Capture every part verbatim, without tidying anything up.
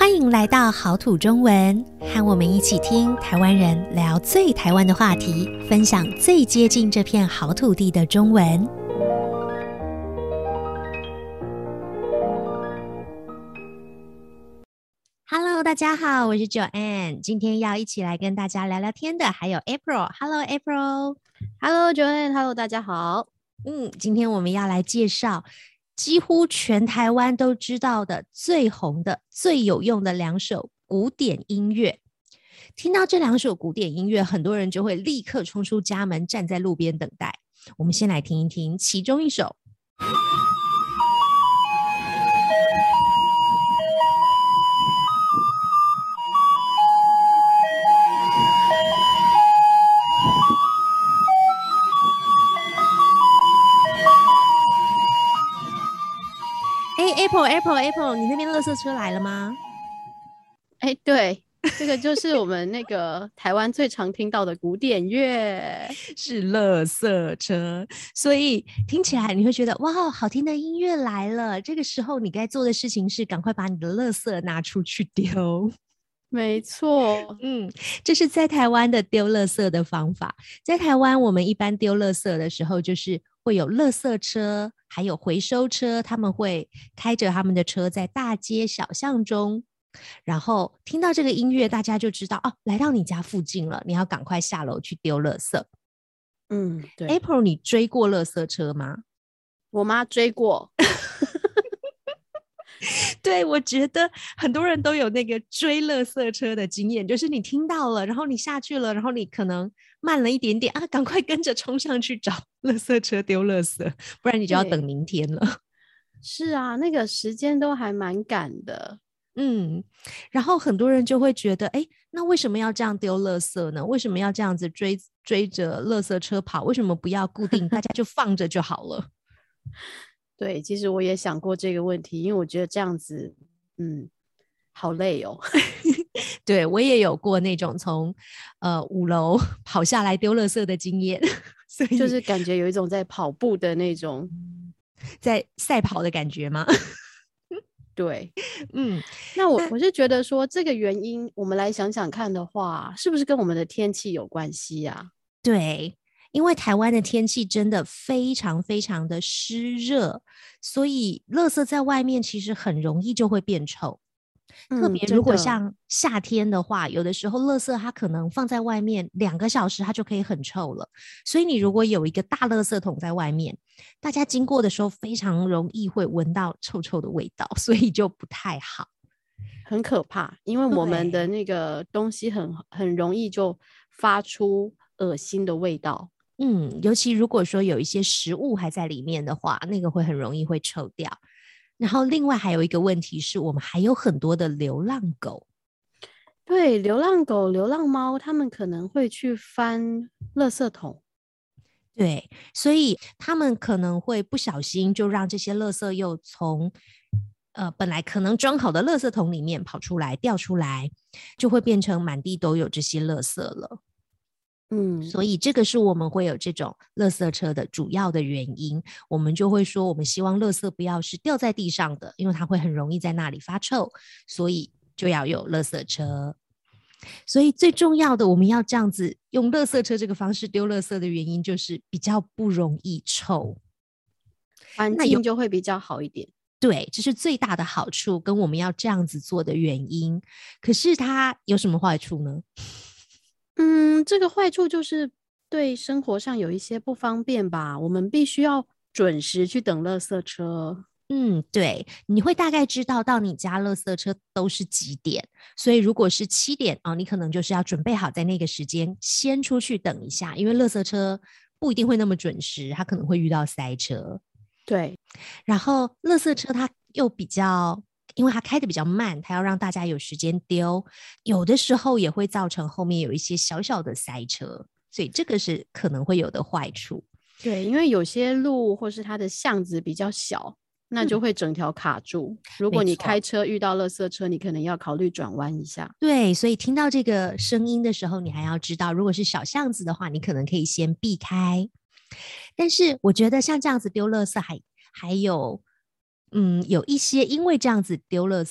欢迎来到好土中文，和我们一起听台湾人聊最台湾的话题，分享最接近这片好土地的中文。Hello， 大家好，我是 Joanne， 今天要一起来跟大家聊聊天的还有 April。Hello April。Hello Joanne，Hello 大家好。 嗯，今天我们要来介绍几乎全台湾都知道的最红的最有用的两首古典音乐。听到这两首古典音乐，很多人就会立刻冲出家门，站在路边等待。我们先来听一听其中一首。Apple Apple Apple， 你那边垃圾车来了吗？ 哎，对，这个就是我们那个台湾最常听到的古典乐， 是垃圾车。所以听起来你会觉得哇，好听的音乐来了。这个时候你该做的事情是赶快把你的垃圾拿出去丢。 没错， 嗯，这是在台湾的丢垃圾的方法。在台湾，我们一般丢垃圾的时候，就是会有垃圾车，还有回收车，他们会开着他们的车在大街小巷中，然后听到这个音乐，大家就知道哦，来到你家附近了，你要赶快下楼去丢垃圾。 嗯，对。 April， 你追过垃圾车吗？ 我妈追过。 对，我觉得很多人都有那个追垃圾车的经验，就是你听到了，然后你下去了，然后你可能慢了一点点啊，赶快跟着冲上去找垃圾车丢垃圾，不然你就要等明天了。 是啊，那个时间都还蛮赶的。 嗯，然后很多人就会觉得，哎，那为什么要这样丢垃圾呢？为什么要这样子追追着垃圾车跑？为什么不要固定，大家就放着就好了？ 对，其实我也想过这个问题，因为我觉得这样子，嗯，好累哦。 对，我也有过那种从呃五楼跑下来丢垃圾的经验，所以就是感觉有一种在跑步的那种， 在赛跑的感觉吗？ 对， 嗯， 那我我是觉得说这个原因，我们来想想看的话，是不是跟我们的天气有关系啊？ 对。因为台湾的天气真的非常非常的湿热，所以垃圾在外面其实很容易就会变臭。 嗯、 特别如果像夏天的话，有的时候垃圾它可能放在外面两个小时，它就可以很臭了。所以你如果有一个大垃圾桶在外面，大家经过的时候非常容易会闻到臭臭的味道，所以就不太好， 很可怕。因为我们的那个东西很很容易就发出恶心的味道。 嗯，尤其如果说有一些食物还在里面的话，那个会很容易会臭掉。然后另外还有一个问题是，我们还有很多的流浪狗。 对，流浪狗、流浪猫，他们可能会去翻垃圾桶。 对，所以他们可能会不小心就让这些垃圾又从呃本来可能装好的垃圾桶里面跑出来、掉出来，就会变成满地都有这些垃圾了。 嗯， 所以这个是我们会有这种垃圾车的主要的原因。我们就会说，我们希望垃圾不要是掉在地上的，因为它会很容易在那里发臭，所以就要有垃圾车。所以最重要的，我们要这样子用垃圾车这个方式丢垃圾的原因，就是比较不容易臭， 环境就会比较好一点。 对，这是最大的好处，跟我们要这样子做的原因。可是它有什么坏处呢？ 嗯，这个坏处就是对生活上有一些不方便吧。我们必须要准时去等垃圾车。 嗯，对，你会大概知道到你家垃圾车都是几点，所以如果是七点哦，你可能就是要准备好在那个时间先出去等一下，因为垃圾车不一定会那么准时，它可能会遇到塞车。 对， 然后垃圾车它又比较，因为它开的比较慢，它要让大家有时间丢，有的时候也会造成后面有一些小小的塞车，所以这个是可能会有的坏处。 对，因为有些路或是它的巷子比较小，那就会整条卡住。嗯、如果你开车遇到垃圾车，你可能要考虑转弯一下。 对，所以听到这个声音的时候，你还要知道，如果是小巷子的话，你可能可以先避开。但是我觉得像这样子丢垃圾还还有嗯有一些因为这样子丢垃圾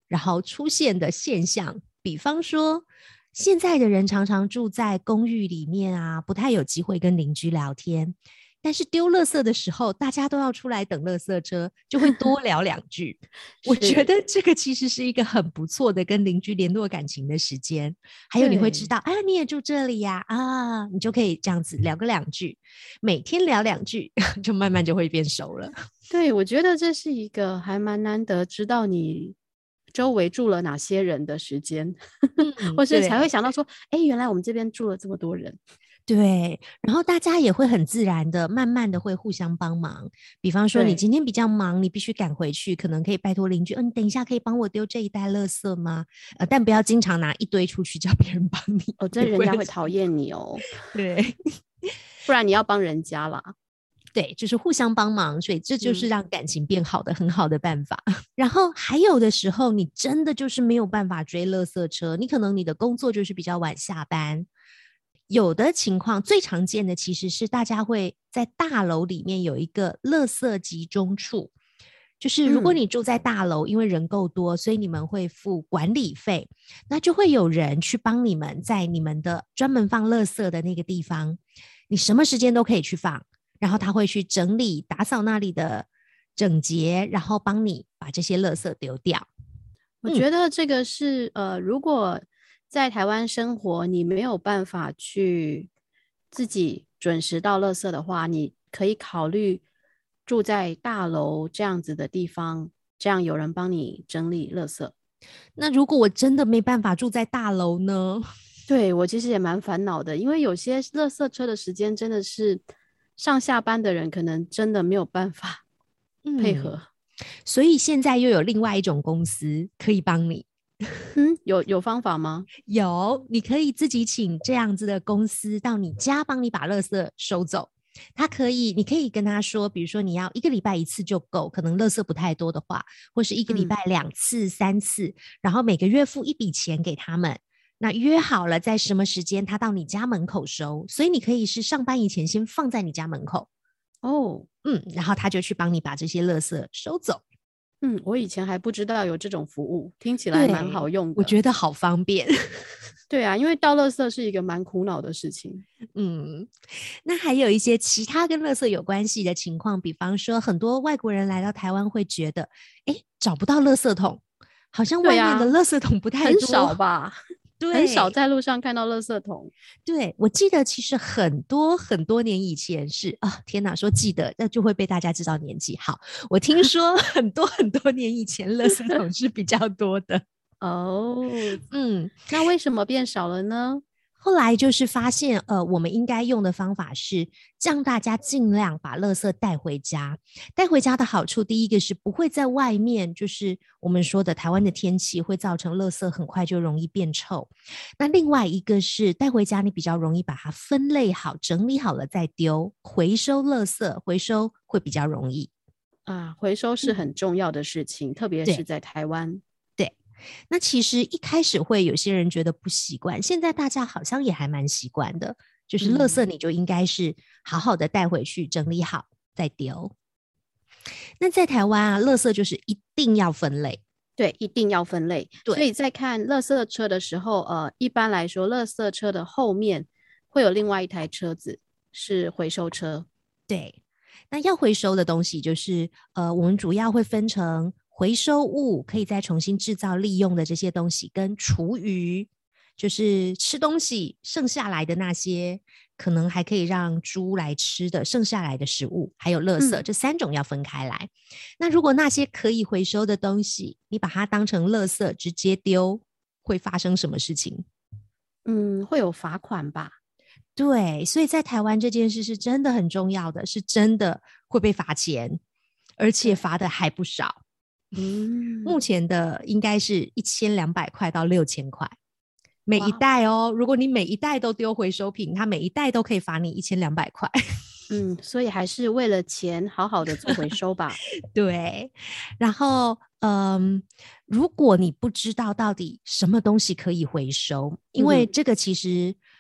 然后出现的现象，比方说现在的人常常住在公寓里面啊，不太有机会跟邻居聊天，但是丢垃圾的时候大家都要出来等垃圾车，就会多聊两句我觉得这个其实是一个很不错的跟邻居联络感情的时间，还有你会知道啊，你也住这里呀 啊, 啊你就可以这样子聊个两句，每天聊两句就慢慢就会变熟了。 对，我觉得这是一个还蛮难得知道你周围住了哪些人的时间、嗯、或是才会想到说哎，原来我们这边住了这么多人。 对，然后大家也会很自然的慢慢的会互相帮忙，比方说你今天比较忙，你必须赶回去，可能可以拜托邻居、呃、你等一下可以帮我丢这一袋垃圾吗、呃、但不要经常拿一堆出去叫别人帮你哦，这人家会讨厌你哦。 对， 不然你要帮人家啦。 对，就是互相帮忙，所以这就是让感情变好的很好的办法、嗯、然后还有的时候你真的就是没有办法追垃圾车，你可能你的工作就是比较晚下班，有的情况最常见的其实是大家会在大楼里面有一个垃圾集中处，就是如果你住在大楼、嗯、因为人够多，所以你们会付管理费，那就会有人去帮你们在你们的专门放垃圾的那个地方，你什么时间都可以去放，然后他会去整理打扫那里的整洁，然后帮你把这些垃圾丢掉。 我觉得这个是、嗯、呃，如果在台湾生活你没有办法去自己准时倒垃圾的话，你可以考虑住在大楼这样子的地方，这样有人帮你整理垃圾。 那如果我真的没办法住在大楼呢？ 对，我其实也蛮烦恼的，因为有些垃圾车的时间真的是上下班的人可能真的没有办法配合、 嗯、所以现在又有另外一种公司可以帮你。 嗯，有有方法吗？ 有，你可以自己请这样子的公司到你家帮你把垃圾收走。他可以，你可以跟他说，比如说你要一个礼拜一次就够，可能垃圾不太多的话，或是一个礼拜两次、嗯、三次，然后每个月付一笔钱给他们。那约好了在什么时间他到你家门口收，所以你可以是上班以前先放在你家门口哦， 嗯，然后他就去帮你把这些垃圾收走。 嗯，我以前还不知道有这种服务，听起来蛮好用的。 我觉得好方便。 对啊，因为倒垃圾是一个蛮苦恼的事情。 嗯，那还有一些其他跟垃圾有关系的情况，比方说很多外国人来到台湾会觉得，哎，找不到垃圾桶，好像外面的垃圾桶不太多， 很少吧？对，很少在路上看到垃圾桶。 对，我记得其实很多很多年以前是啊，天哪，说记得那就会被大家知道年纪。好，我听说很多很多年以前垃圾桶是比较多的。 哦，嗯，那为什么变少了呢？ 后来就是发现，呃，我们应该用的方法是让大家尽量把垃圾带回家。带回家的好处，第一个是不会在外面，就是我们说的台湾的天气会造成垃圾很快就容易变臭。那另外一个是带回家，你比较容易把它分类好、整理好了再丢，回收垃圾，回收会比较容易。 啊，回收是很重要的事情，嗯、特别是在台湾。 那其实一开始会有些人觉得不习惯，现在大家好像也还蛮习惯的，就是垃圾你就应该是好好的带回去整理好再丢。那在台湾啊，垃圾就是一定要分类。 对，一定要分类。所以在看垃圾车的时候，呃，一般来说垃圾车的后面会有另外一台车子是回收车。 对，那要回收的东西就是呃，我们主要会分成回收物可以再重新制造利用的这些东西，跟厨余，就是吃东西剩下来的那些可能还可以让猪来吃的剩下来的食物，还有垃圾、嗯、这三种要分开来。那如果那些可以回收的东西你把它当成垃圾直接丢，会发生什么事情？ 嗯，会有罚款吧。 对，所以在台湾这件事是真的很重要的，是真的会被罚钱，而且罚的还不少。嗯，目前的应该是一千两百块到六千块每一袋哦。如果你每一袋都丢回收品，它每一袋都可以罚你一千两百块。 嗯，所以还是为了钱，好好的做回收吧。 对，然后嗯，如果你不知道到底什么东西可以回收，因为这个其实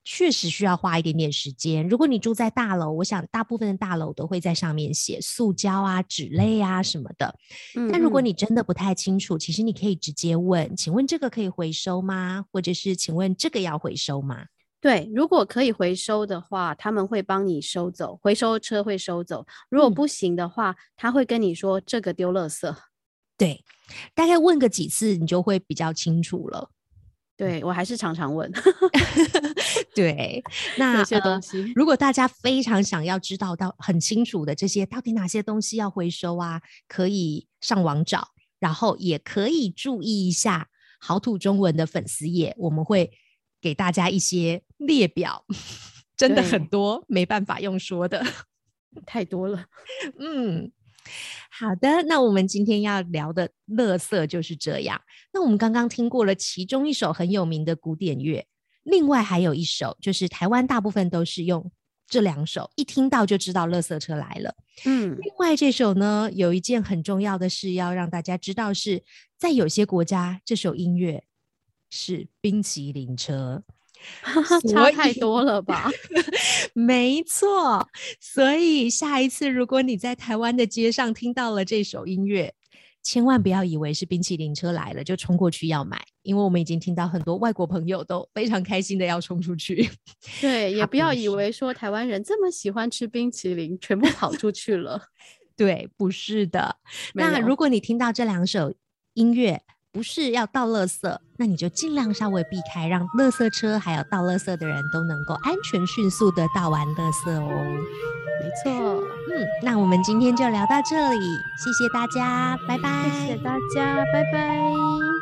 确实需要花一点点时间。如果你住在大楼，我想大部分的大楼都会在上面写塑胶啊、纸类啊什么的。 嗯但如果嗯你真的不太清楚，其实你可以直接问，请问这个可以回收吗？或者是请问这个要回收吗？ 对，如果可以回收的话，他们会帮你收走，回收车会收走。如果嗯， 不行的话，他会跟你说这个丢垃圾。 对，大概问个几次，你就会比较清楚了。 对，我还是常常问。 对，那有些东呃， 西。 如果大家非常想要知道到很清楚的这些到底哪些东西要回收啊，可以上网找，然后也可以注意一下好土中文的粉丝页，我们会给大家一些列表，真的很对， 多，没办法用说的。 太多了。 嗯，好的，那我们今天要聊的垃圾就是这样。那我们刚刚听过了其中一首很有名的古典乐，另外还有一首，就是台湾大部分都是用这两首，一听到就知道垃圾车来了。 嗯， 另外这首呢，有一件很重要的事要让大家知道是，在有些国家，这首音乐是冰淇淋车。 差所以太多了吧？ 没错，所以下一次如果你在台湾的街上听到了这首音乐，千万不要以为是冰淇淋车来了就冲过去要买，因为我们已经听到很多外国朋友都非常开心的要冲出去。 对，也他不要不是， 以为说台湾人这么喜欢吃冰淇淋，全部跑出去了。 对，不是的。 没有。 那如果你听到这两首音乐不是要倒垃圾，那你就尽量稍微避开，让垃圾车还有倒垃圾的人都能够安全迅速的倒完垃圾哦。 没错。 嗯，那我们今天就聊到这里，谢谢大家，拜拜。 谢谢大家，拜拜。